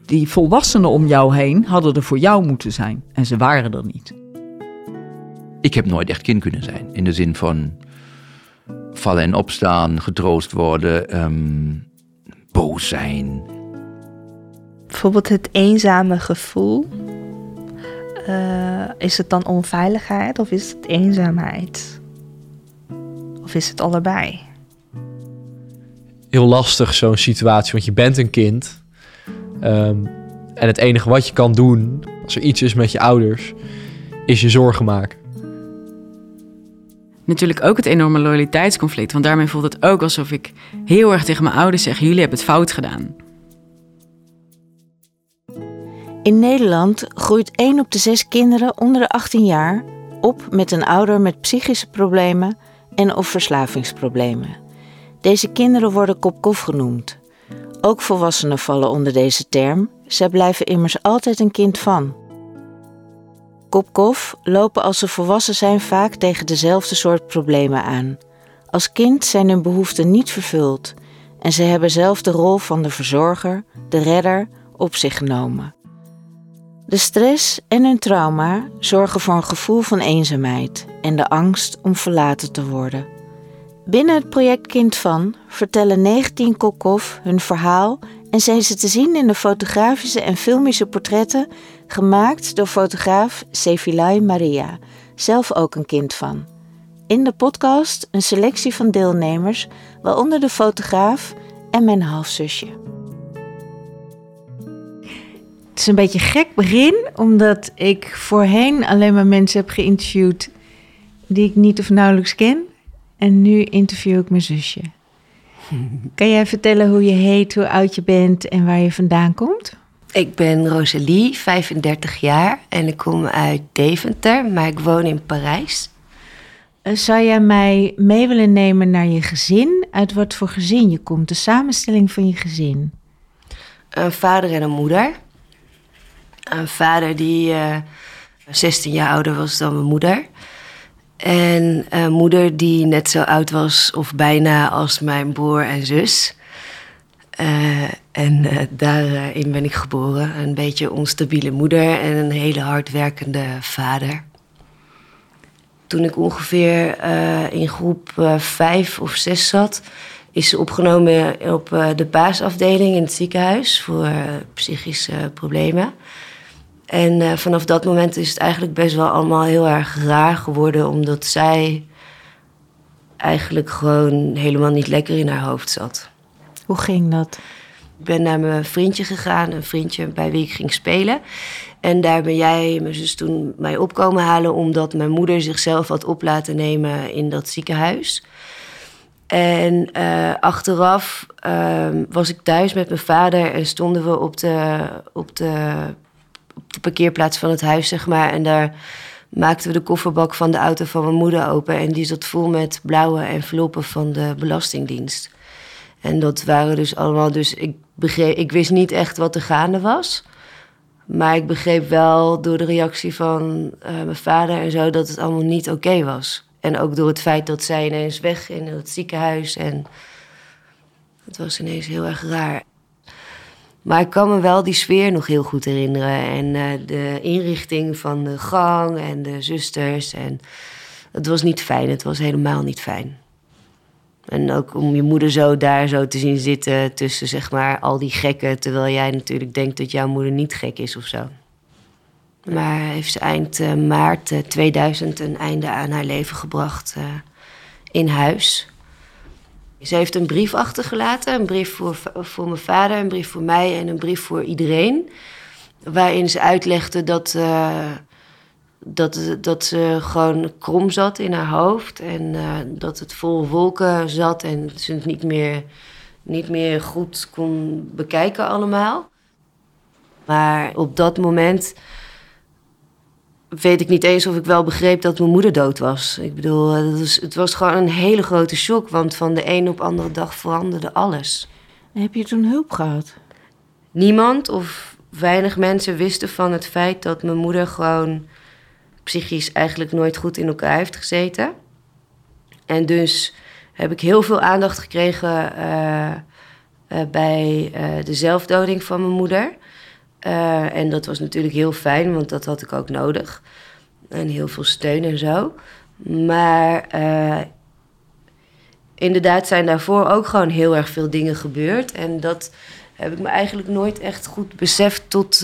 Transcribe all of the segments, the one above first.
Die volwassenen om jou heen hadden er voor jou moeten zijn. En ze waren er niet. Ik heb nooit echt kind kunnen zijn. In de zin van vallen en opstaan, getroost worden, boos zijn. Bijvoorbeeld het eenzame gevoel. Is het dan onveiligheid of is het eenzaamheid? Of is het allebei? Heel lastig zo'n situatie, want je bent een kind. En het enige wat je kan doen, als er iets is met je ouders, is je zorgen maken. Natuurlijk ook het enorme loyaliteitsconflict. Want daarmee voelt het ook alsof ik heel erg tegen mijn ouders zeg: jullie hebben het fout gedaan. In Nederland groeit 1 op de 6 kinderen onder de 18 jaar op met een ouder met psychische problemen en of verslavingsproblemen. Deze kinderen worden kopkof genoemd. Ook volwassenen vallen onder deze term. Zij blijven immers altijd een kind van. Kopkof lopen als ze volwassen zijn vaak tegen dezelfde soort problemen aan. Als kind zijn hun behoeften niet vervuld en ze hebben zelf de rol van de verzorger, de redder, op zich genomen. De stress en hun trauma zorgen voor een gevoel van eenzaamheid en de angst om verlaten te worden. Binnen het project Kind Van vertellen 19 kopkof hun verhaal en zijn ze te zien in de fotografische en filmische portretten gemaakt door fotograaf Sevilay Maria, zelf ook een kind van. In de podcast een selectie van deelnemers, waaronder de fotograaf en mijn halfzusje. Het is een beetje een gek begin, omdat ik voorheen alleen maar mensen heb geïnterviewd die ik niet of nauwelijks ken. En nu interview ik mijn zusje. Kan jij vertellen hoe je heet, hoe oud je bent en waar je vandaan komt? Ik ben Rosalie, 35 jaar en ik kom uit Deventer, maar ik woon in Parijs. Zou jij mij mee willen nemen naar je gezin? Uit wat voor gezin je komt, de samenstelling van je gezin? Een vader en een moeder. Een vader die 16 jaar ouder was dan mijn moeder. En een moeder die net zo oud was of bijna als mijn broer en zus. Daarin ben ik geboren. Een beetje onstabiele moeder en een hele hardwerkende vader. Toen ik ongeveer in groep 5 of 6 zat, is ze opgenomen op de paasafdeling in het ziekenhuis voor psychische problemen. En vanaf dat moment is het eigenlijk best wel allemaal heel erg raar geworden, omdat zij eigenlijk gewoon helemaal niet lekker in haar hoofd zat. Hoe ging dat? Ik ben naar mijn vriendje gegaan, een vriendje bij wie ik ging spelen. En daar ben jij, mijn zus, toen mij op komen halen, omdat mijn moeder zichzelf had op laten nemen in dat ziekenhuis. En achteraf was ik thuis met mijn vader en stonden we op de parkeerplaats van het huis, zeg maar. En daar maakten we de kofferbak van de auto van mijn moeder open. En die zat vol met blauwe enveloppen van de Belastingdienst. En dat waren dus allemaal... Dus ik wist niet echt wat er gaande was. Maar ik begreep wel door de reactie van mijn vader en zo dat het allemaal niet oké was. En ook door het feit dat zij ineens weg in het ziekenhuis. En het was ineens heel erg raar. Maar ik kan me wel die sfeer nog heel goed herinneren. En de inrichting van de gang en de zusters. En het was niet fijn, het was helemaal niet fijn. En ook om je moeder daar zo te zien zitten tussen, zeg maar, al die gekken, terwijl jij natuurlijk denkt dat jouw moeder niet gek is of zo. Maar heeft ze eind maart 2000 een einde aan haar leven gebracht in huis. Ze heeft een brief achtergelaten, een brief voor mijn vader, een brief voor mij en een brief voor iedereen. Waarin ze uitlegde dat ze gewoon krom zat in haar hoofd. En dat het vol wolken zat en ze het niet meer goed kon bekijken allemaal. Maar op dat moment weet ik niet eens of ik wel begreep dat mijn moeder dood was. Ik bedoel, het was gewoon een hele grote shock, want van de een op de andere dag veranderde alles. En heb je toen hulp gehad? Niemand of weinig mensen wisten van het feit dat mijn moeder gewoon psychisch eigenlijk nooit goed in elkaar heeft gezeten. En dus heb ik heel veel aandacht gekregen bij de zelfdoding van mijn moeder. En dat was natuurlijk heel fijn, want dat had ik ook nodig. En heel veel steun en zo. Maar inderdaad zijn daarvoor ook gewoon heel erg veel dingen gebeurd. En dat heb ik me eigenlijk nooit echt goed beseft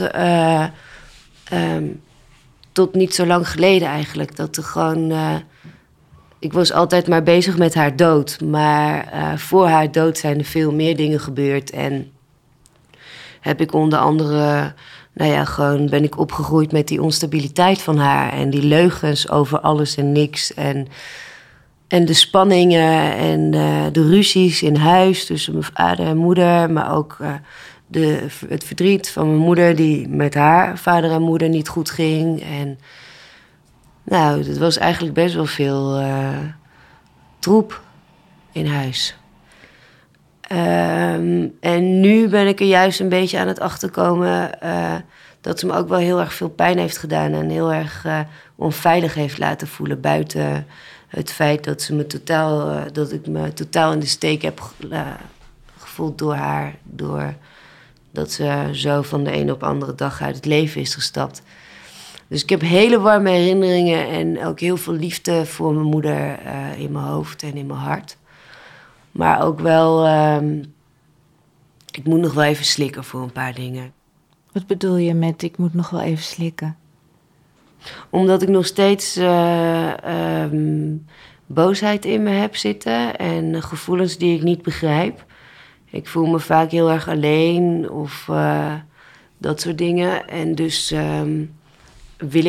tot niet zo lang geleden eigenlijk. Dat er gewoon... ik was altijd maar bezig met haar dood. Maar voor haar dood zijn er veel meer dingen gebeurd. En heb ik onder andere... gewoon ben ik opgegroeid met die onstabiliteit van haar. En die leugens over alles en niks. En de spanningen en de ruzies in huis tussen mijn vader en moeder. Maar ook het verdriet van mijn moeder die met haar vader en moeder niet goed ging. En het was eigenlijk best wel veel troep in huis. En nu ben ik er juist een beetje aan het achterkomen dat ze me ook wel heel erg veel pijn heeft gedaan en heel erg onveilig heeft laten voelen. Buiten het feit dat dat ik me totaal in de steek heb gevoeld door haar. Doordat ze zo van de ene op de andere dag uit het leven is gestapt. Dus ik heb hele warme herinneringen en ook heel veel liefde voor mijn moeder in mijn hoofd en in mijn hart. Maar ook wel, ik moet nog wel even slikken voor een paar dingen. Wat bedoel je met ik moet nog wel even slikken? Omdat ik nog steeds boosheid in me heb zitten en gevoelens die ik niet begrijp. Ik voel me vaak heel erg alleen of dat soort dingen. En dus wil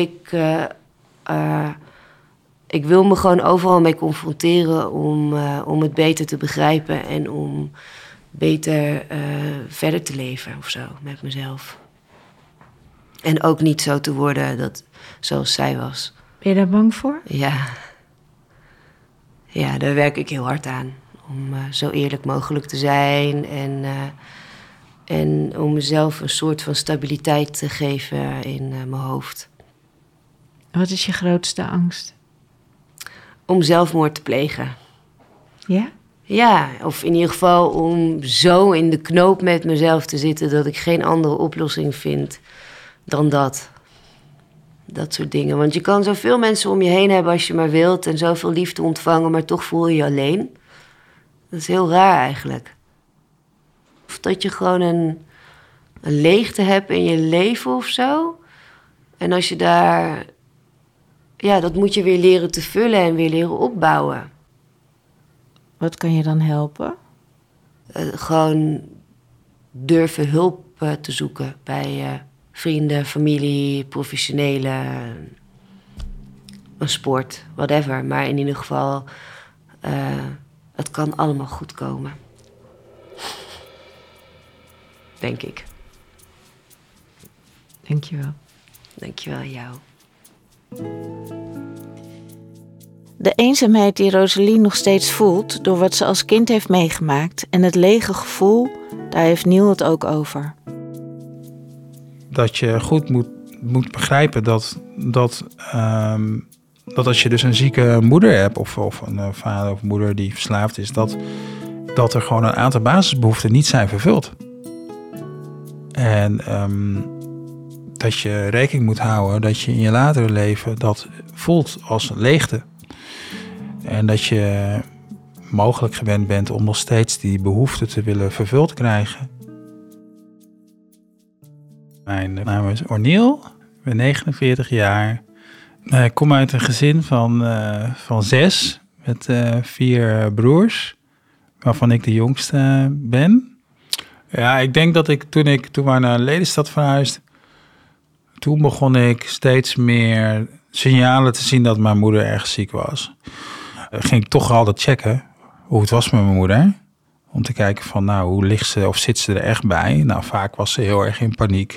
ik wil me gewoon overal mee confronteren om het beter te begrijpen en om beter verder te leven of zo met mezelf. En ook niet zo te worden zoals zij was. Ben je daar bang voor? Ja. Ja, daar werk ik heel hard aan. Om zo eerlijk mogelijk te zijn en om mezelf een soort van stabiliteit te geven in mijn hoofd. Wat is je grootste angst? Om zelfmoord te plegen. Ja? Ja, of in ieder geval om zo in de knoop met mezelf te zitten dat ik geen andere oplossing vind dan dat. Dat soort dingen. Want je kan zoveel mensen om je heen hebben als je maar wilt en zoveel liefde ontvangen, maar toch voel je je alleen. Dat is heel raar eigenlijk. Of dat je gewoon een leegte hebt in je leven of zo. En als je daar... Ja, dat moet je weer leren te vullen en weer leren opbouwen. Wat kan je dan helpen? Gewoon durven hulp te zoeken bij vrienden, familie, professionelen, een sport, whatever. Maar in ieder geval, het kan allemaal goed komen. Denk ik. Dankjewel. Dankjewel, jou. De eenzaamheid die Rosalie nog steeds voelt door wat ze als kind heeft meegemaakt en het lege gevoel, daar heeft Neil het ook over. Dat je goed moet begrijpen dat als je dus een zieke moeder hebt of een vader of moeder die verslaafd is, dat er gewoon een aantal basisbehoeften niet zijn vervuld. En dat je rekening moet houden dat je in je latere leven dat voelt als een leegte. En dat je mogelijk gewend bent om nog steeds die behoefte te willen vervuld krijgen. Mijn naam is Orniel, ik ben 49 jaar. Ik kom uit een gezin van 6 met 4 broers, waarvan ik de jongste ben. Ja, ik denk dat toen we naar Lelystad verhuisden, toen begon ik steeds meer signalen te zien dat mijn moeder erg ziek was. Ging ik toch altijd checken hoe het was met mijn moeder. Om te kijken van, hoe ligt ze of zit ze er echt bij? Nou, vaak was ze heel erg in paniek.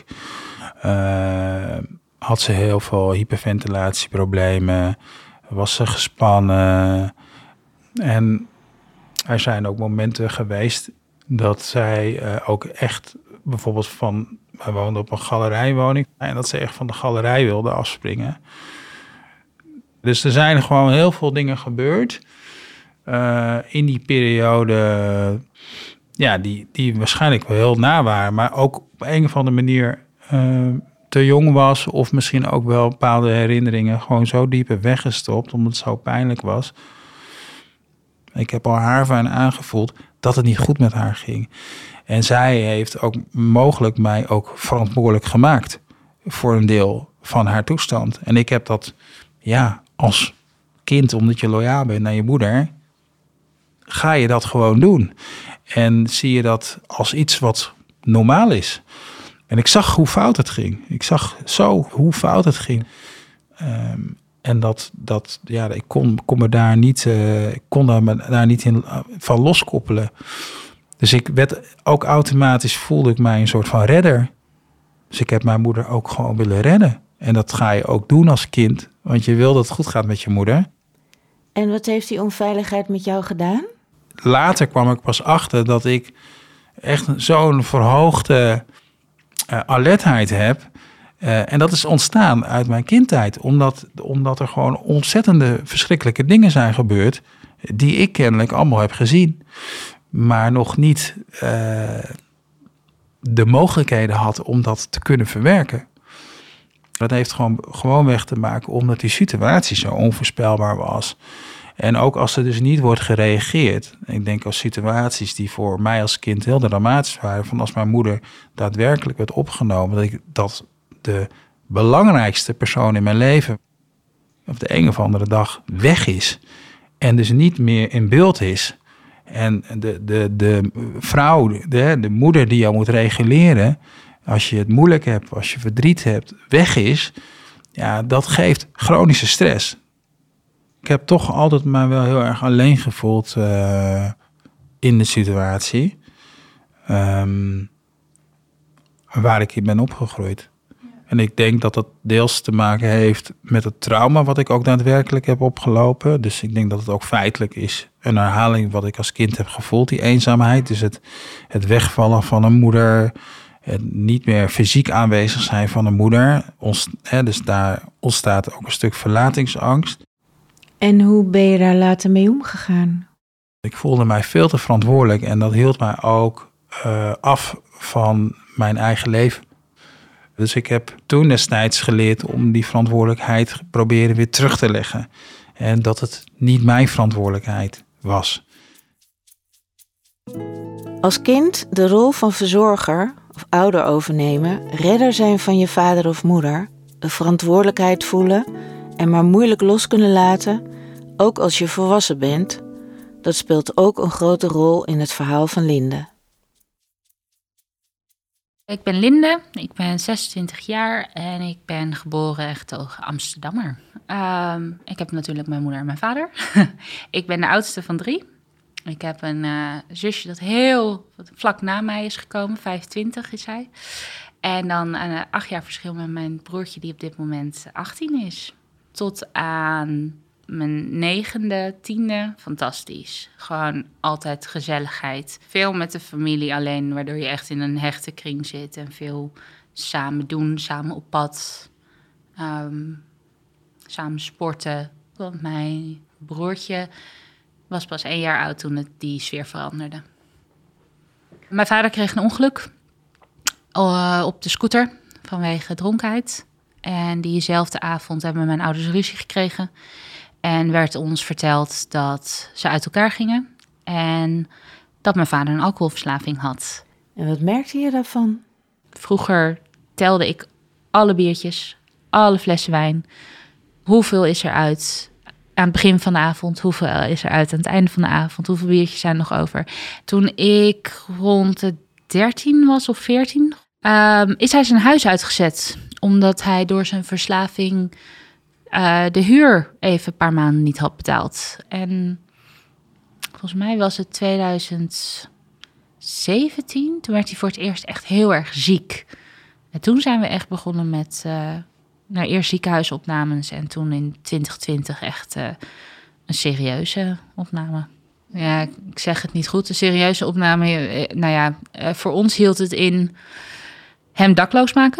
Had ze heel veel hyperventilatieproblemen. Was ze gespannen. En er zijn ook momenten geweest dat zij ook echt bijvoorbeeld wij woonden op een galerijwoning. En dat ze echt van de galerij wilde afspringen. Dus er zijn gewoon heel veel dingen gebeurd in die periode, die waarschijnlijk wel heel na waren, maar ook op een of andere manier te jong was, of misschien ook wel bepaalde herinneringen gewoon zo diep heb weggestopt, omdat het zo pijnlijk was. Ik heb al haar van aangevoeld dat het niet goed met haar ging. En zij heeft ook mogelijk mij ook verantwoordelijk gemaakt voor een deel van haar toestand. En ik heb dat, als kind, omdat je loyaal bent naar je moeder, ga je dat gewoon doen. En zie je dat als iets wat normaal is. En ik zag hoe fout het ging. Ik zag zo hoe fout het ging. En ik kon me daar niet, daar niet in van loskoppelen. Dus ik werd ook automatisch, voelde ik mij een soort van redder. Dus ik heb mijn moeder ook gewoon willen redden. En dat ga je ook doen als kind. Want je wil dat het goed gaat met je moeder. En wat heeft die onveiligheid met jou gedaan? Later kwam ik pas achter dat ik echt zo'n verhoogde alertheid heb. En dat is ontstaan uit mijn kindtijd. Omdat er gewoon ontzettende verschrikkelijke dingen zijn gebeurd, die ik kennelijk allemaal heb gezien. Maar nog niet de mogelijkheden had om dat te kunnen verwerken. Dat heeft gewoonweg te maken omdat die situatie zo onvoorspelbaar was. En ook als er dus niet wordt gereageerd. Ik denk als situaties die voor mij als kind heel dramatisch waren. Van als mijn moeder daadwerkelijk werd opgenomen. Dat de belangrijkste persoon in mijn leven op de een of andere dag weg is. En dus niet meer in beeld is. En de vrouw, de moeder die jou moet reguleren, als je het moeilijk hebt, als je verdriet hebt, weg is. Ja, dat geeft chronische stress. Ik heb toch altijd maar wel heel erg alleen gevoeld in de situatie waar ik in ben opgegroeid. En ik denk dat dat deels te maken heeft met het trauma wat ik ook daadwerkelijk heb opgelopen. Dus ik denk dat het ook feitelijk is een herhaling wat ik als kind heb gevoeld, die eenzaamheid. Dus het wegvallen van een moeder, het niet meer fysiek aanwezig zijn van een moeder. Dus daar ontstaat ook een stuk verlatingsangst. En hoe ben je daar later mee omgegaan? Ik voelde mij veel te verantwoordelijk en dat hield mij ook af van mijn eigen leven. Dus ik heb toen destijds geleerd om die verantwoordelijkheid proberen weer terug te leggen. En dat het niet mijn verantwoordelijkheid was. Als kind de rol van verzorger of ouder overnemen, redder zijn van je vader of moeder, de verantwoordelijkheid voelen en maar moeilijk los kunnen laten, ook als je volwassen bent, dat speelt ook een grote rol in het verhaal van Linde. Ik ben Linde, ik ben 26 jaar en ik ben geboren en getogen Amsterdammer. Ik heb natuurlijk mijn moeder en mijn vader. Ik ben de oudste van 3. Ik heb een zusje dat heel vlak na mij is gekomen, 25 is hij. En dan 8 jaar verschil met mijn broertje die op dit moment 18 is. Tot aan mijn 9e, 10e, fantastisch. Gewoon altijd gezelligheid. Veel met de familie alleen, waardoor je echt in een hechte kring zit. En veel samen doen, samen op pad. Samen sporten. Want mijn broertje was pas 1 jaar oud toen die sfeer veranderde. Mijn vader kreeg een ongeluk op de scooter vanwege dronkenheid. En diezelfde avond hebben mijn ouders ruzie gekregen. En werd ons verteld dat ze uit elkaar gingen. En dat mijn vader een alcoholverslaving had. En wat merkte je daarvan? Vroeger telde ik alle biertjes, alle flessen wijn. Hoeveel is er uit aan het begin van de avond? Hoeveel is er uit aan het einde van de avond? Hoeveel biertjes zijn er nog over? Toen ik rond de 13 was of 14... is hij zijn huis uitgezet. Omdat hij door zijn verslaving de huur even een paar maanden niet had betaald. En volgens mij was het 2017. Toen werd hij voor het eerst echt heel erg ziek. En toen zijn we echt begonnen met eerst ziekenhuisopnames. En toen in 2020 echt een serieuze opname. Ja, ik zeg het niet goed. Een serieuze opname. Voor ons hield het in hem dakloos maken.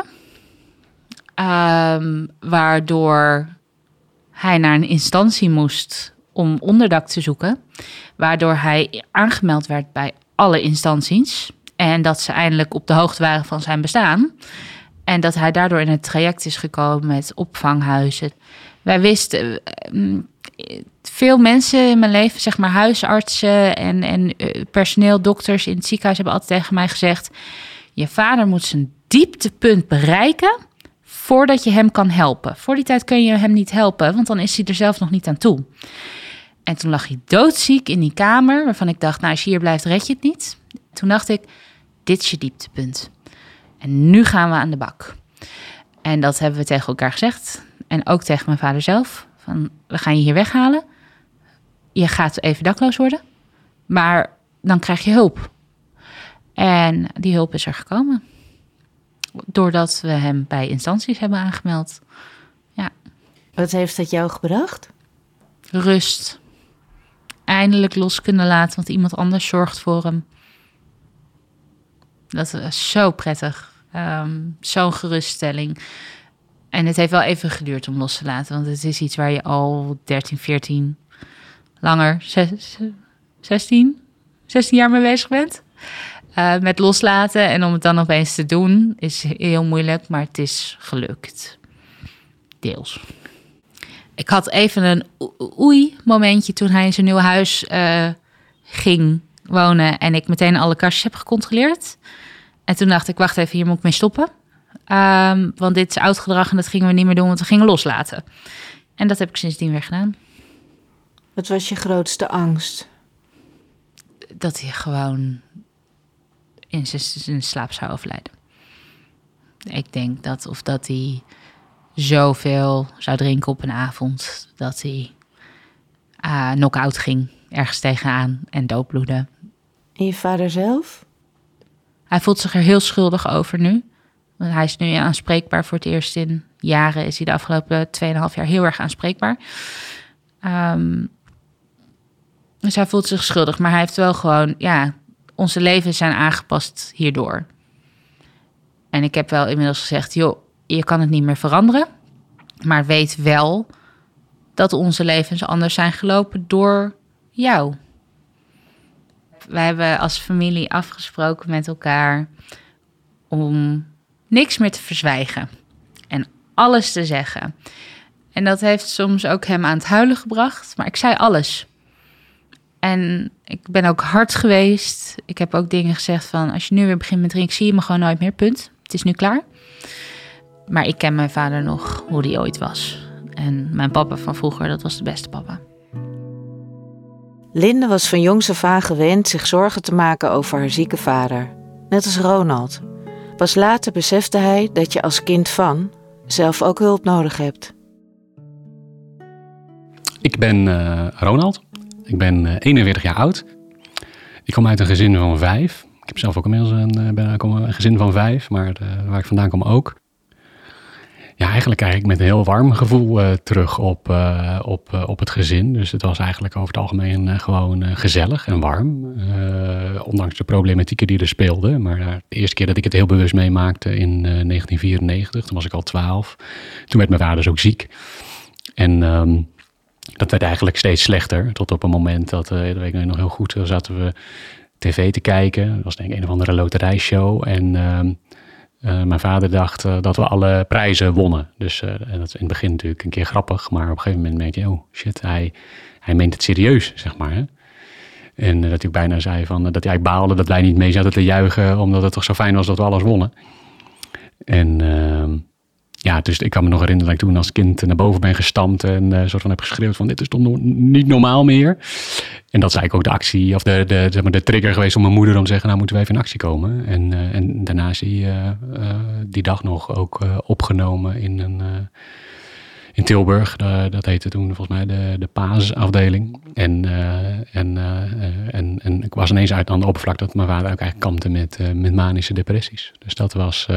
Waardoor hij naar een instantie moest om onderdak te zoeken. Waardoor hij aangemeld werd bij alle instanties. En dat ze eindelijk op de hoogte waren van zijn bestaan. En dat hij daardoor in het traject is gekomen met opvanghuizen. Wij wisten, veel mensen in mijn leven, zeg maar huisartsen en personeel, dokters in het ziekenhuis hebben altijd tegen mij gezegd: je vader moet zijn dieptepunt bereiken voordat je hem kan helpen. Voor die tijd kun je hem niet helpen, want dan is hij er zelf nog niet aan toe. En toen lag hij doodziek in die kamer, waarvan ik dacht, nou, als je hier blijft, red je het niet. Toen dacht ik, dit is je dieptepunt. En nu gaan we aan de bak. En dat hebben we tegen elkaar gezegd. En ook tegen mijn vader zelf. Van, we gaan je hier weghalen. Je gaat even dakloos worden. Maar dan krijg je hulp. En die hulp is er gekomen. Doordat we hem bij instanties hebben aangemeld. Ja. Wat heeft dat jou gebracht? Rust. Eindelijk los kunnen laten, want iemand anders zorgt voor hem. Dat is zo prettig. Zo'n geruststelling. En het heeft wel even geduurd om los te laten. Want het is iets waar je al 13, 14, langer, 16 jaar mee bezig bent. Met loslaten. En om het dan opeens te doen is heel moeilijk. Maar het is gelukt. Deels. Ik had even een oei-momentje toen hij in zijn nieuwe huis ging wonen. En ik meteen alle kastjes heb gecontroleerd. En toen dacht ik, wacht even, hier moet ik mee stoppen. Want dit is oud gedrag en dat gingen we niet meer doen, want we gingen loslaten. En dat heb ik sindsdien weer gedaan. Wat was je grootste angst? Dat hij gewoon in zijn slaap zou overlijden. Ik denk dat hij zoveel zou drinken op een avond, dat hij knock-out ging, ergens tegenaan en doodbloedde. En je vader zelf? Hij voelt zich er heel schuldig over nu. Want hij is nu aanspreekbaar voor het eerst in jaren. Is hij de afgelopen 2,5 jaar heel erg aanspreekbaar. Dus hij voelt zich schuldig. Maar hij heeft wel gewoon, onze levens zijn aangepast hierdoor. En ik heb wel inmiddels gezegd, joh, je kan het niet meer veranderen. Maar weet wel dat onze levens anders zijn gelopen door jou. Wij hebben als familie afgesproken met elkaar om niks meer te verzwijgen en alles te zeggen. En dat heeft soms ook hem aan het huilen gebracht, maar ik zei alles. En ik ben ook hard geweest. Ik heb ook dingen gezegd van, als je nu weer begint met drinken, zie je me gewoon nooit meer, punt. Het is nu klaar. Maar ik ken mijn vader nog, hoe die ooit was. En mijn papa van vroeger, dat was de beste papa. Linde was van jongs af aan gewend zich zorgen te maken over haar zieke vader. Net als Ronald. Pas later besefte hij dat je als kind van zelf ook hulp nodig hebt. Ik ben Ronald. Ik ben 41 jaar oud. Ik kom uit een gezin van 5. Ik heb zelf ook inmiddels een gezin van 5, maar waar ik vandaan kom ook. Ja, eigenlijk kijk ik met een heel warm gevoel terug op het gezin. Dus het was eigenlijk over het algemeen gewoon gezellig en warm. Ondanks de problematieken die er speelden. Maar de eerste keer dat ik het heel bewust meemaakte in 1994, toen was ik al 12. Toen werd mijn vader dus ook ziek. En dat werd eigenlijk steeds slechter. Tot op een moment dat weet ik nog heel goed, zaten we tv te kijken. Dat was denk ik een of andere loterijshow. En mijn vader dacht dat we alle prijzen wonnen. Dus en dat is in het begin natuurlijk een keer grappig. Maar op een gegeven moment merk je, oh shit, hij meent het serieus, zeg maar. Hè? En dat hij bijna zei van, dat hij baalde dat wij niet mee zaten te juichen, omdat het toch zo fijn was dat we alles wonnen. En dus ik kan me nog herinneren dat ik toen als kind naar boven ben gestampt en soort van heb geschreeuwd van, dit is toch niet normaal meer. En dat is eigenlijk ook de actie, of de trigger geweest om mijn moeder om te zeggen, nou moeten we even in actie komen. En daarna is hij die dag nog ook opgenomen in Tilburg. Dat heette toen volgens mij de PAS-afdeling. En ik was ineens uit aan de oppervlakte dat mijn vader ook eigenlijk kampte met manische depressies. Dus dat was,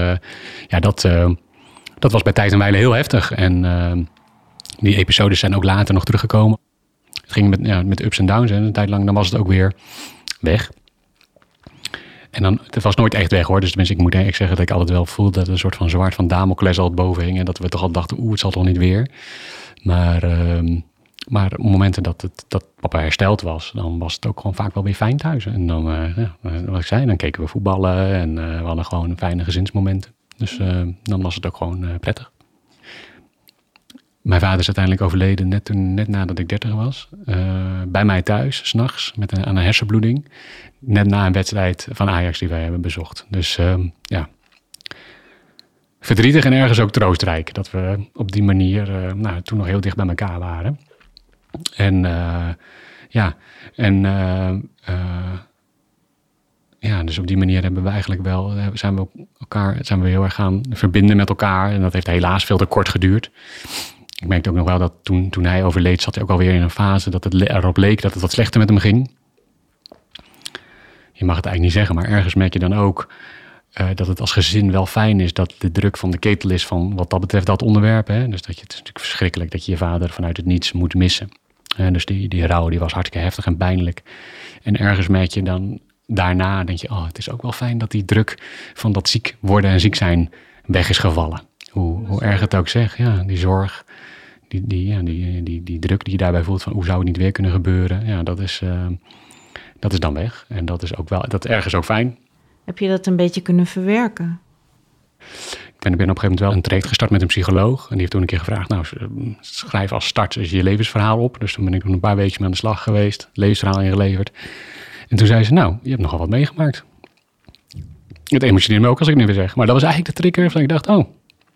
dat was bij tijd en wijle heel heftig. En die episodes zijn ook later nog teruggekomen. Het ging met ups en downs. En een tijd lang dan was het ook weer weg. En dan, het was nooit echt weg hoor. Dus tenminste, ik moet eigenlijk zeggen dat ik altijd wel voelde dat er een soort van zwaard van Damocles altijd boven hing. En dat we toch al dachten, het zal toch niet weer. Maar op momenten dat papa hersteld was, dan was het ook gewoon vaak wel weer fijn thuis. En dan, wat ik zei, dan keken we voetballen en we hadden gewoon fijne gezinsmomenten. Dus dan was het ook gewoon prettig. Mijn vader is uiteindelijk overleden net nadat ik 30 was. Bij mij thuis, 's nachts, aan een hersenbloeding. Net na een wedstrijd van Ajax die wij hebben bezocht. Dus verdrietig en ergens ook troostrijk. Dat we op die manier toen nog heel dicht bij elkaar waren. Dus op die manier hebben we eigenlijk wel, zijn we heel erg gaan verbinden met elkaar. En dat heeft helaas veel te kort geduurd. Ik merkte ook nog wel dat toen hij overleed, zat hij ook alweer in een fase dat het erop leek dat het wat slechter met hem ging. Je mag het eigenlijk niet zeggen, maar ergens merk je dan ook dat het als gezin wel fijn is dat de druk van de ketel is van wat dat betreft dat onderwerp. Hè? Dus het is natuurlijk verschrikkelijk dat je vader vanuit het niets moet missen. Dus die rouw die was hartstikke heftig en pijnlijk. En ergens merk je dan daarna, denk je, het is ook wel fijn dat die druk van dat ziek worden en ziek zijn weg is gevallen. Hoe erg het ook zegt, die zorg, die druk die je daarbij voelt van hoe zou het niet weer kunnen gebeuren, dat is dan weg. En dat is ook wel, dat ergens ook fijn. Heb je dat een beetje kunnen verwerken? Ik ben op een gegeven moment wel een traject gestart met een psycholoog. En die heeft toen een keer gevraagd, schrijf als start je levensverhaal op. Dus toen ben ik een paar weekjes mee aan de slag geweest, levensverhaal ingeleverd. En toen zei ze, je hebt nogal wat meegemaakt. Het emotioneert me ook als ik het nu weer zeg. Maar dat was eigenlijk de trigger van ik dacht, dat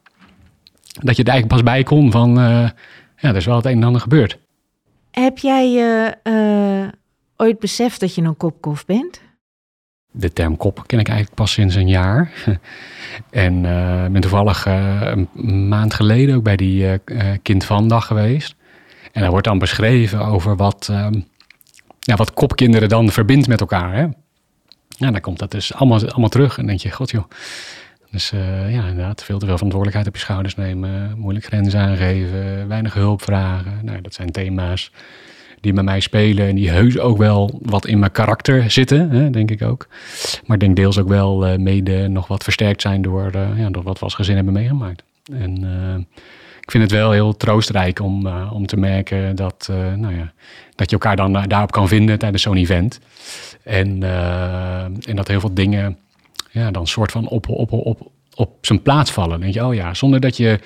je er eigenlijk pas bij kon van, er is wel het een en ander gebeurd. Heb jij ooit beseft dat je een kopkof bent? De term kop ken ik eigenlijk pas sinds een jaar. En ben toevallig een maand geleden ook bij die Kind van Dag geweest. En daar wordt dan beschreven over wat kopkinderen dan verbindt met elkaar. Hè? Ja, dan komt dat dus allemaal terug. En dan denk je, god joh. Dus inderdaad, veel te veel verantwoordelijkheid op je schouders nemen. Moeilijk grenzen aangeven. Weinig hulp vragen. Nou, dat zijn thema's die bij mij spelen. En die heus ook wel wat in mijn karakter zitten. Hè, denk ik ook. Maar ik denk deels ook wel mede nog wat versterkt zijn door wat we als gezin hebben meegemaakt. En ik vind het wel heel troostrijk om te merken dat je elkaar dan daarop kan vinden tijdens zo'n event. En dat heel veel dingen dan soort van op zijn plaats vallen. Dan denk je, zonder dat je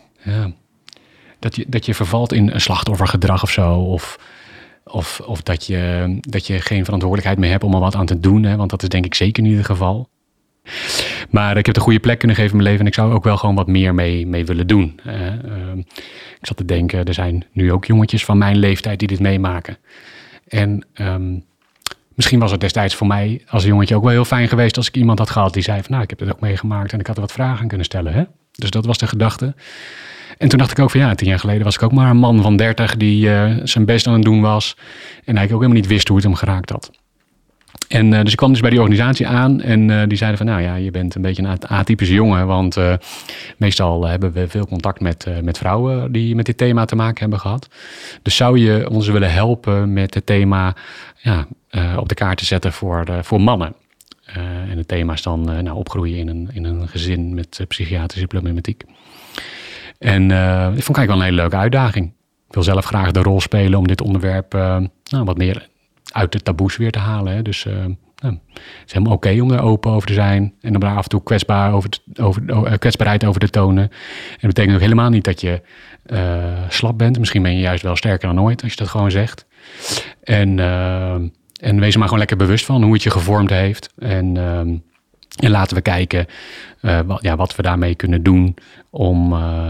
dat je vervalt in een slachtoffergedrag of zo. Of dat je geen verantwoordelijkheid meer hebt om er wat aan te doen. Hè, want dat is denk ik zeker niet het geval. Maar ik heb de goede plek kunnen geven in mijn leven. En ik zou ook wel gewoon wat meer mee willen doen. Ik zat te denken, er zijn nu ook jongetjes van mijn leeftijd die dit meemaken. En misschien was het destijds voor mij als jongetje ook wel heel fijn geweest als ik iemand had gehad die zei van ik heb het ook meegemaakt en ik had er wat vragen aan kunnen stellen. Hè? Dus dat was de gedachte. En toen dacht ik ook van 10 jaar geleden was ik ook maar een man van 30 die zijn best aan het doen was. En eigenlijk ook helemaal niet wist hoe het hem geraakt had. En dus ik kwam dus bij die organisatie aan en die zeiden van je bent een beetje een atypische jongen. Want meestal hebben we veel contact met vrouwen die met dit thema te maken hebben gehad. Dus zou je ons willen helpen met het thema op de kaart te zetten voor mannen. En het thema is dan opgroeien in een gezin met psychiatrische problematiek. En dat vond ik eigenlijk wel een hele leuke uitdaging. Ik wil zelf graag de rol spelen om dit onderwerp wat meer uit de taboes weer te halen. Hè. Dus het is helemaal oké om er open over te zijn. En om daar af en toe kwetsbaarheid over te tonen. En dat betekent ook helemaal niet dat je slap bent. Misschien ben je juist wel sterker dan ooit als je dat gewoon zegt. En wees er maar gewoon lekker bewust van hoe het je gevormd heeft. En laten we kijken wat we daarmee kunnen doen om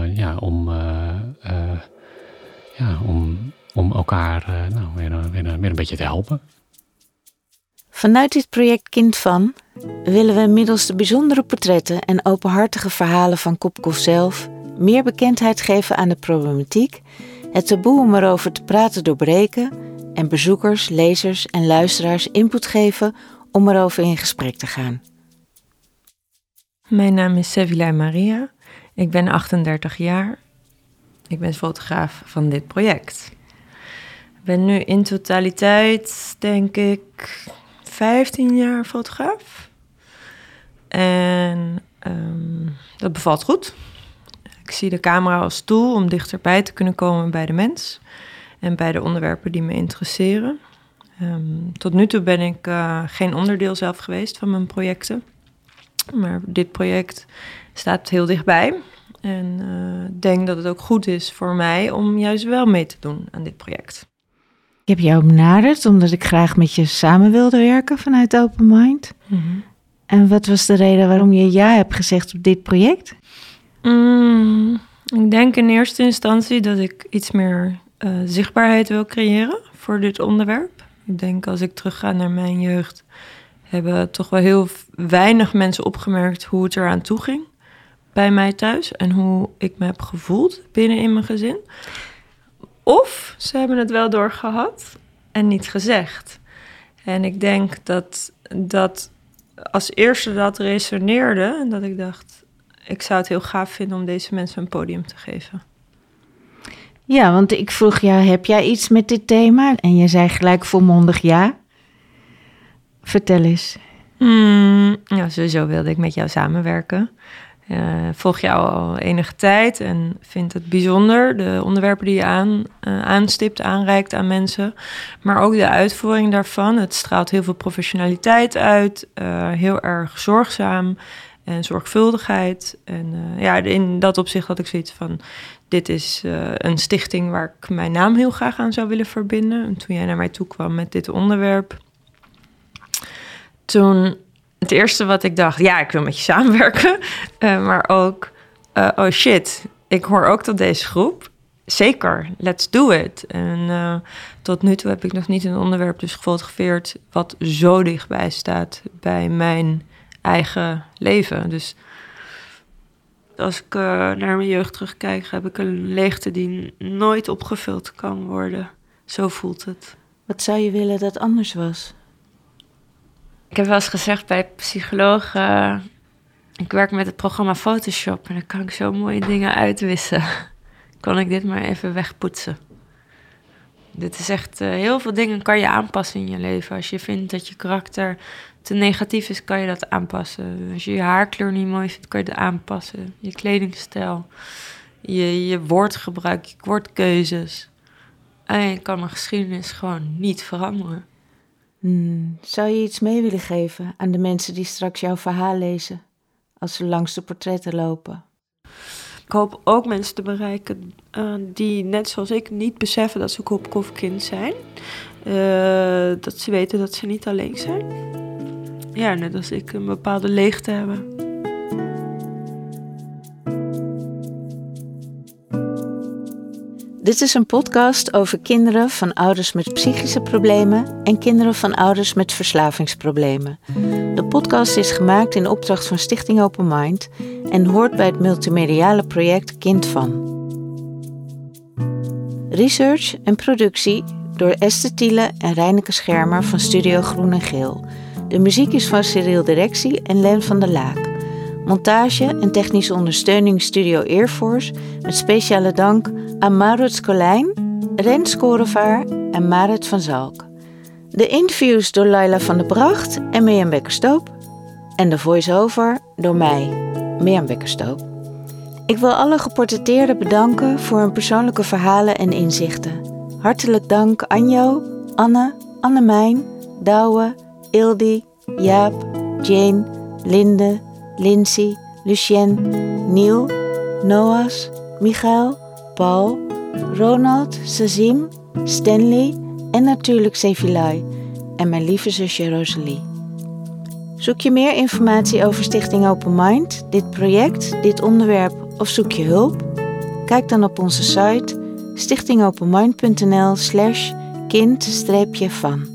elkaar weer een beetje te helpen. Vanuit dit project Kind van willen we middels de bijzondere portretten en openhartige verhalen van Kopkof zelf meer bekendheid geven aan de problematiek, het taboe om erover te praten doorbreken en bezoekers, lezers en luisteraars input geven om erover in gesprek te gaan. Mijn naam is Sevilla Maria. Ik ben 38 jaar. Ik ben fotograaf van dit project. Ik ben nu in totaliteit, denk ik, 15 jaar fotograaf. En dat bevalt goed. Ik zie de camera als tool om dichterbij te kunnen komen bij de mens. En bij de onderwerpen die me interesseren. Tot nu toe ben ik geen onderdeel zelf geweest van mijn projecten. Maar dit project staat heel dichtbij. En ik denk dat het ook goed is voor mij om juist wel mee te doen aan dit project. Ik heb jou benaderd omdat ik graag met je samen wilde werken vanuit Open Mind. Mm-hmm. En wat was de reden waarom je ja hebt gezegd op dit project? Ik denk in eerste instantie dat ik iets meer zichtbaarheid wil creëren voor dit onderwerp. Ik denk als ik terugga naar mijn jeugd, hebben toch wel heel weinig mensen opgemerkt hoe het eraan toe ging bij mij thuis en hoe ik me heb gevoeld binnen in mijn gezin. Of ze hebben het wel doorgehad en niet gezegd. En ik denk dat als eerste dat resoneerde en dat ik dacht, ik zou het heel gaaf vinden om deze mensen een podium te geven. Ja, want ik vroeg jou, heb jij iets met dit thema? En je zei gelijk volmondig ja. Vertel eens. Ja, sowieso wilde ik met jou samenwerken. Volg jou al enige tijd en vind het bijzonder. De onderwerpen die je aanstipt, aanreikt aan mensen. Maar ook de uitvoering daarvan. Het straalt heel veel professionaliteit uit. Heel erg zorgzaam en zorgvuldigheid. En in dat opzicht had ik zoiets van, dit is een stichting waar ik mijn naam heel graag aan zou willen verbinden. En toen jij naar mij toe kwam met dit onderwerp, toen het eerste wat ik dacht, ja, ik wil met je samenwerken. Maar ook, oh shit, ik hoor ook tot deze groep. Zeker, let's do it. En tot nu toe heb ik nog niet een onderwerp dus gefotografeerd wat zo dichtbij staat bij mijn eigen leven. Dus als ik naar mijn jeugd terugkijk, heb ik een leegte die nooit opgevuld kan worden. Zo voelt het. Wat zou je willen dat anders was? Ik heb wel eens gezegd bij psycholoog, ik werk met het programma Photoshop en dan kan ik zo mooie dingen uitwissen. Kan ik dit maar even wegpoetsen. Dit is echt, heel veel dingen kan je aanpassen in je leven. Als je vindt dat je karakter te negatief is, kan je dat aanpassen. Als je je haarkleur niet mooi vindt, kan je dat aanpassen. Je kledingstijl, je woordgebruik, je woordkeuzes. En je kan een geschiedenis gewoon niet veranderen. Zou je iets mee willen geven aan de mensen die straks jouw verhaal lezen, als ze langs de portretten lopen? Ik hoop ook mensen te bereiken die net zoals ik niet beseffen dat ze Kopkoff kind zijn. Dat ze weten dat ze niet alleen zijn. Ja, net als ik een bepaalde leegte hebben. Dit is een podcast over kinderen van ouders met psychische problemen en kinderen van ouders met verslavingsproblemen. De podcast is gemaakt in opdracht van Stichting Open Mind en hoort bij het multimediale project Kind Van. Research en productie door Esther Thiele en Reineke Schermer van Studio Groen en Geel. De muziek is van Cyril Directie en Len van der Laak. Montage en technische ondersteuning Studio Airforce met speciale dank aan Maurits Colijn, Rens Korevaar en Marit van Zalk. De interviews door Laila van der Bracht en Mirjam Bekker-Stoop. En de voice-over door mij, Mirjam Bekker-Stoop. Ik wil alle geportretteerden bedanken voor hun persoonlijke verhalen en inzichten. Hartelijk dank Anjo, Anne, Annemijn, Douwe, Ildi, Jaap, Jane, Linde, Lindsay, Lucien, Niel, Noas, Michael, Paul, Ronald, Sazim, Stanley en natuurlijk Sevilay en mijn lieve zusje Rosalie. Zoek je meer informatie over Stichting Open Mind, dit project, dit onderwerp of zoek je hulp? Kijk dan op onze site stichtingopenmind.nl/kind-van.